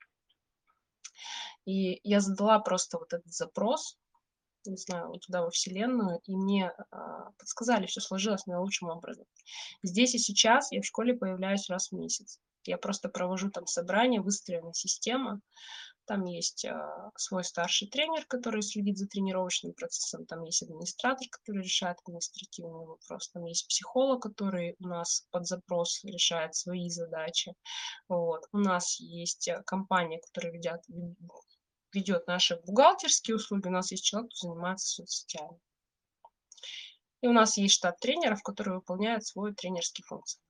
И я задала просто вот этот запрос, не знаю, вот туда, во Вселенную, и мне, а, подсказали, все сложилось наилучшим образом. Здесь и сейчас я в школе появляюсь раз в месяц. Я просто провожу там собрания, выстроена система. Там есть, а, свой старший тренер, который следит за тренировочным процессом, там есть администратор, который решает административные вопросы, там есть психолог, который у нас под запрос решает свои задачи. Вот. У нас есть, э, компания, которая ведет ведет наши бухгалтерские услуги, у нас есть человек, кто занимается соцсетями. И у нас есть штат тренеров, которые выполняют свой тренерский функционал.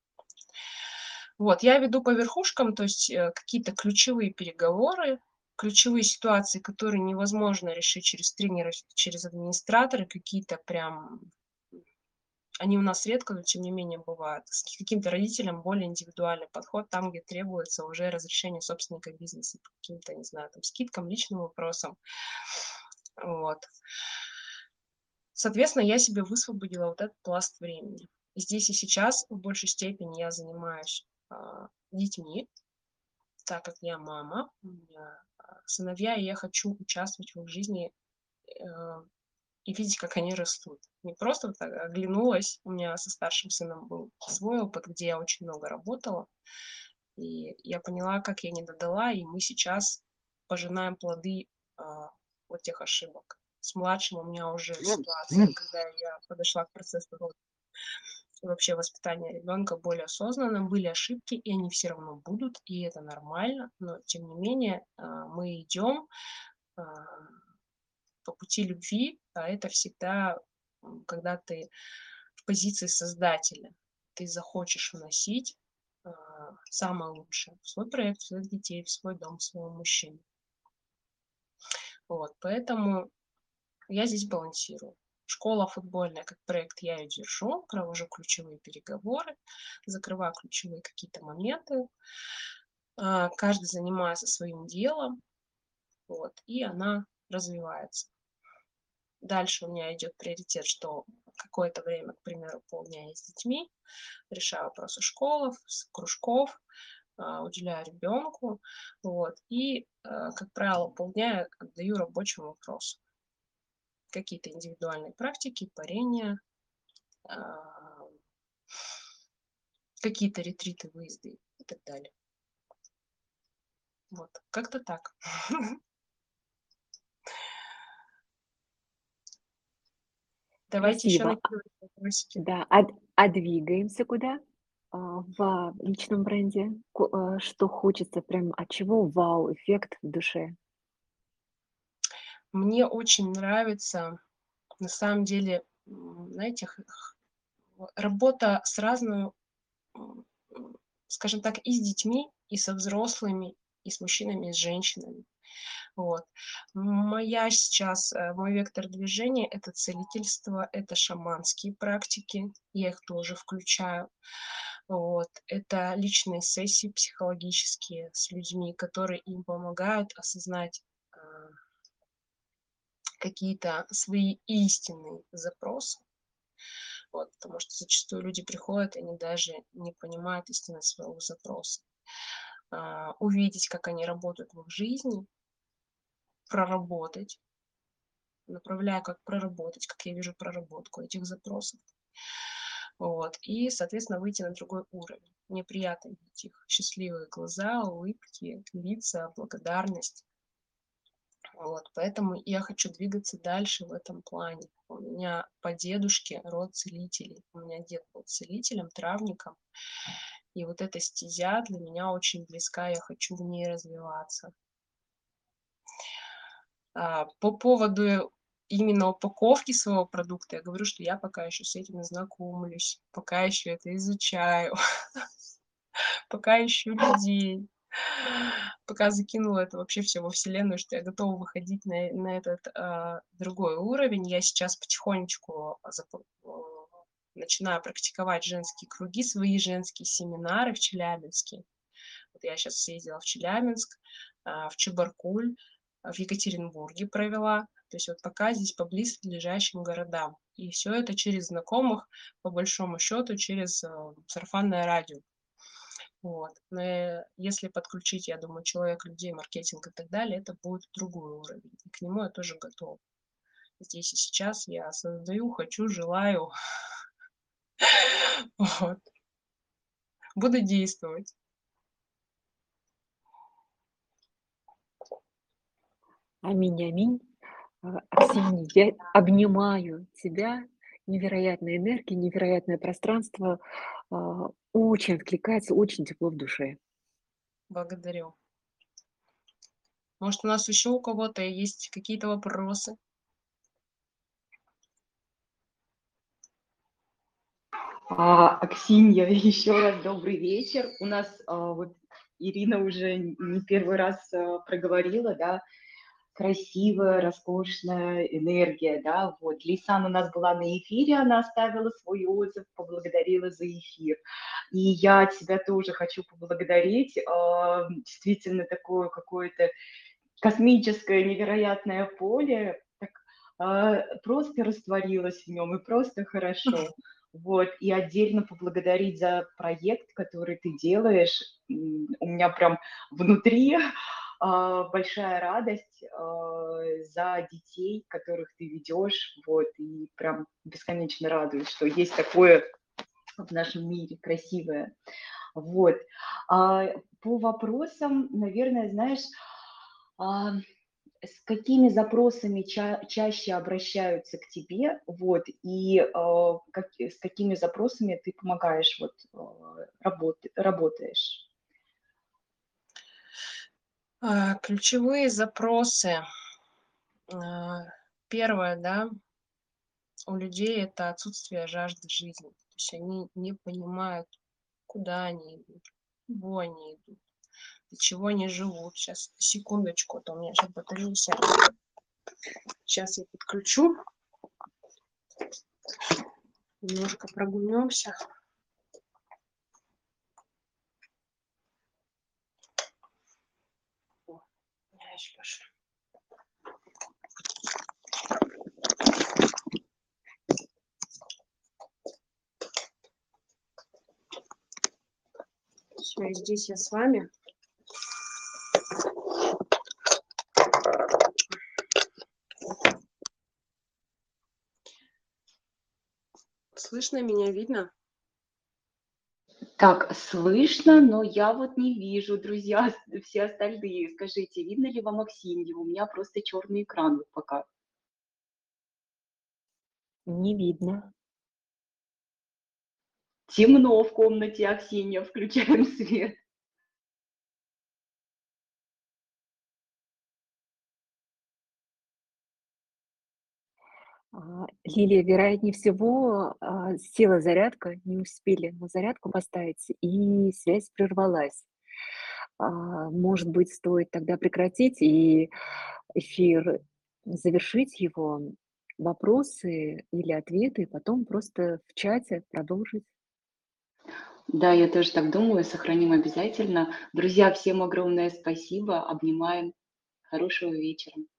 Вот, я веду по верхушкам, то есть, э, какие-то ключевые переговоры, ключевые ситуации, которые невозможно решить через тренера, через администратора, какие-то прям, м, они у нас редко, но тем не менее бывают. С каким-то родителям более индивидуальный подход, там, где требуется уже разрешение собственника бизнеса по каким-то, не знаю, там, скидкам, личным вопросам. Вот. Соответственно, я себе высвободила вот этот пласт времени. И здесь и сейчас в большей степени я занимаюсь, а, детьми, так как я мама, у меня, а, сыновья, и я хочу участвовать в их жизни, э, и видеть, как они растут. Не просто вот так оглянулась. У меня со старшим сыном был свой опыт, где я очень много работала, и я поняла, как я не додала, и мы сейчас пожинаем плоды, а, вот тех ошибок. С младшим у меня уже ситуация, когда я подошла к процессу рода и вообще воспитания ребенка более осознанно. Были ошибки, и они все равно будут, и это нормально, но тем не менее, а, мы идем, а, по пути любви, а это всегда, м, когда ты в позиции создателя. Ты захочешь вносить, а, самое лучшее в свой проект, в своих детей, в свой дом, в своего мужчину. Вот, поэтому я здесь балансирую. Школа футбольная как проект я ее держу, провожу ключевые переговоры, закрываю ключевые какие-то моменты. А, каждый занимается своим делом, вот, и она развивается. Дальше у меня идет приоритет, что какое-то время, к примеру, полдня я с детьми, решаю вопросы школов, с кружков, а, уделяю ребенку, вот. И, э, как правило, полдня я отдаю рабочим вопросам. Какие-то индивидуальные практики, парения, а, какие-то ретриты, выезды и так далее. Вот, как-то так. Давайте еще Красиво. А, накидывать вопросики. да, а д а двигаемся куда? А, в личном бренде? Ку а, что хочется, прям от чего вау-эффект в душе? Мне очень нравится, на самом деле, м, знаете, х х работа с разную, м, м, скажем так, и с детьми, и со взрослыми, и с мужчинами, и с женщинами. Вот. Моя сейчас, э, мой вектор движения — это целительство, это шаманские практики, я их тоже включаю. Вот. Это личные сессии психологические с людьми, которые им помогают осознать а, какие-то свои истинные запросы. Вот, потому что зачастую люди приходят, и они даже не понимают истины своего запроса. А, увидеть, как они работают в их жизни, проработать, направляю, как проработать, как я вижу проработку этих запросов. Вот. И, соответственно, выйти на другой уровень. Мне приятно видеть их счастливые глаза, улыбки, лица, благодарность. Вот. Поэтому я хочу двигаться дальше в этом плане. У меня по дедушке род целителей. У меня дед был целителем, травником. И вот эта стезя для меня очень близка, я хочу в ней развиваться. А, по поводу именно упаковки своего продукта, я говорю, что я пока еще с этим знакомлюсь, пока еще это изучаю, пока ищу людей, пока закинула это вообще все во Вселенную, что я готова выходить на, на этот а, другой уровень. Я сейчас потихонечку запо- о, начинаю практиковать женские круги, свои женские семинары в Челябинске. Вот я сейчас съездила в Челябинск, а, в Чебаркуль, а, в Екатеринбурге провела. То есть вот пока здесь по близлежащим городам. И все это через знакомых, по большому счету, через э, сарафанное радио. Вот. Но э, если подключить, я думаю, человек, людей, маркетинг и так далее, это будет другой уровень. И к нему я тоже готова. Здесь и сейчас я создаю, хочу, желаю. Вот. Буду действовать. Аминь, аминь. А, Аксинья, я обнимаю тебя. Невероятная энергия, невероятное пространство. а, Очень откликается, очень тепло в душе. Благодарю. Может, у нас еще у кого-то есть какие-то вопросы? А, Аксинья, еще раз добрый вечер. У нас а, вот Ирина уже не первый раз а, проговорила, да, красивая, роскошная энергия, да, вот. Лейсан у нас была на эфире, она оставила свой отзыв, поблагодарила за эфир. И я тебя тоже хочу поблагодарить. А, действительно такое какое-то космическое невероятное поле, так, а, просто растворилась в нем, и просто хорошо. Вот, и отдельно поблагодарить за проект, который ты делаешь. М, У меня прям внутри а, большая радость а, за детей, которых ты ведешь, вот, и прям бесконечно радуюсь, что есть такое в нашем мире красивое. Вот. А, по вопросам, наверное, знаешь, а, с какими запросами ча- чаще обращаются к тебе, вот, и э, как, с какими запросами ты помогаешь, вот, э, работ, работаешь? А, ключевые запросы. А, Первое, да, у людей это отсутствие жажды жизни. То есть они не понимают, куда они идут, чего они идут, для чего они живут. Сейчас, секундочку, а то у меня сейчас батарея сядет. Сейчас я подключу, немножко прогульнемся. О, я еще пошлю. Все, здесь я с вами. Слышно меня, видно? Так, слышно, но я вот не вижу, друзья, все остальные. Скажите, видно ли вам Аксинью? У меня просто черный экран вот пока. Не видно. Темно в комнате, Аксинья, включаем свет. А, Лилия, вероятнее всего, а, села зарядка, не успели на зарядку поставить, и связь прервалась. А, Может быть, стоит тогда прекратить и эфир завершить его, вопросы или ответы, потом просто в чате продолжить. Да, я тоже так думаю, сохраним обязательно. Друзья, всем огромное спасибо, обнимаем. Хорошего вечера.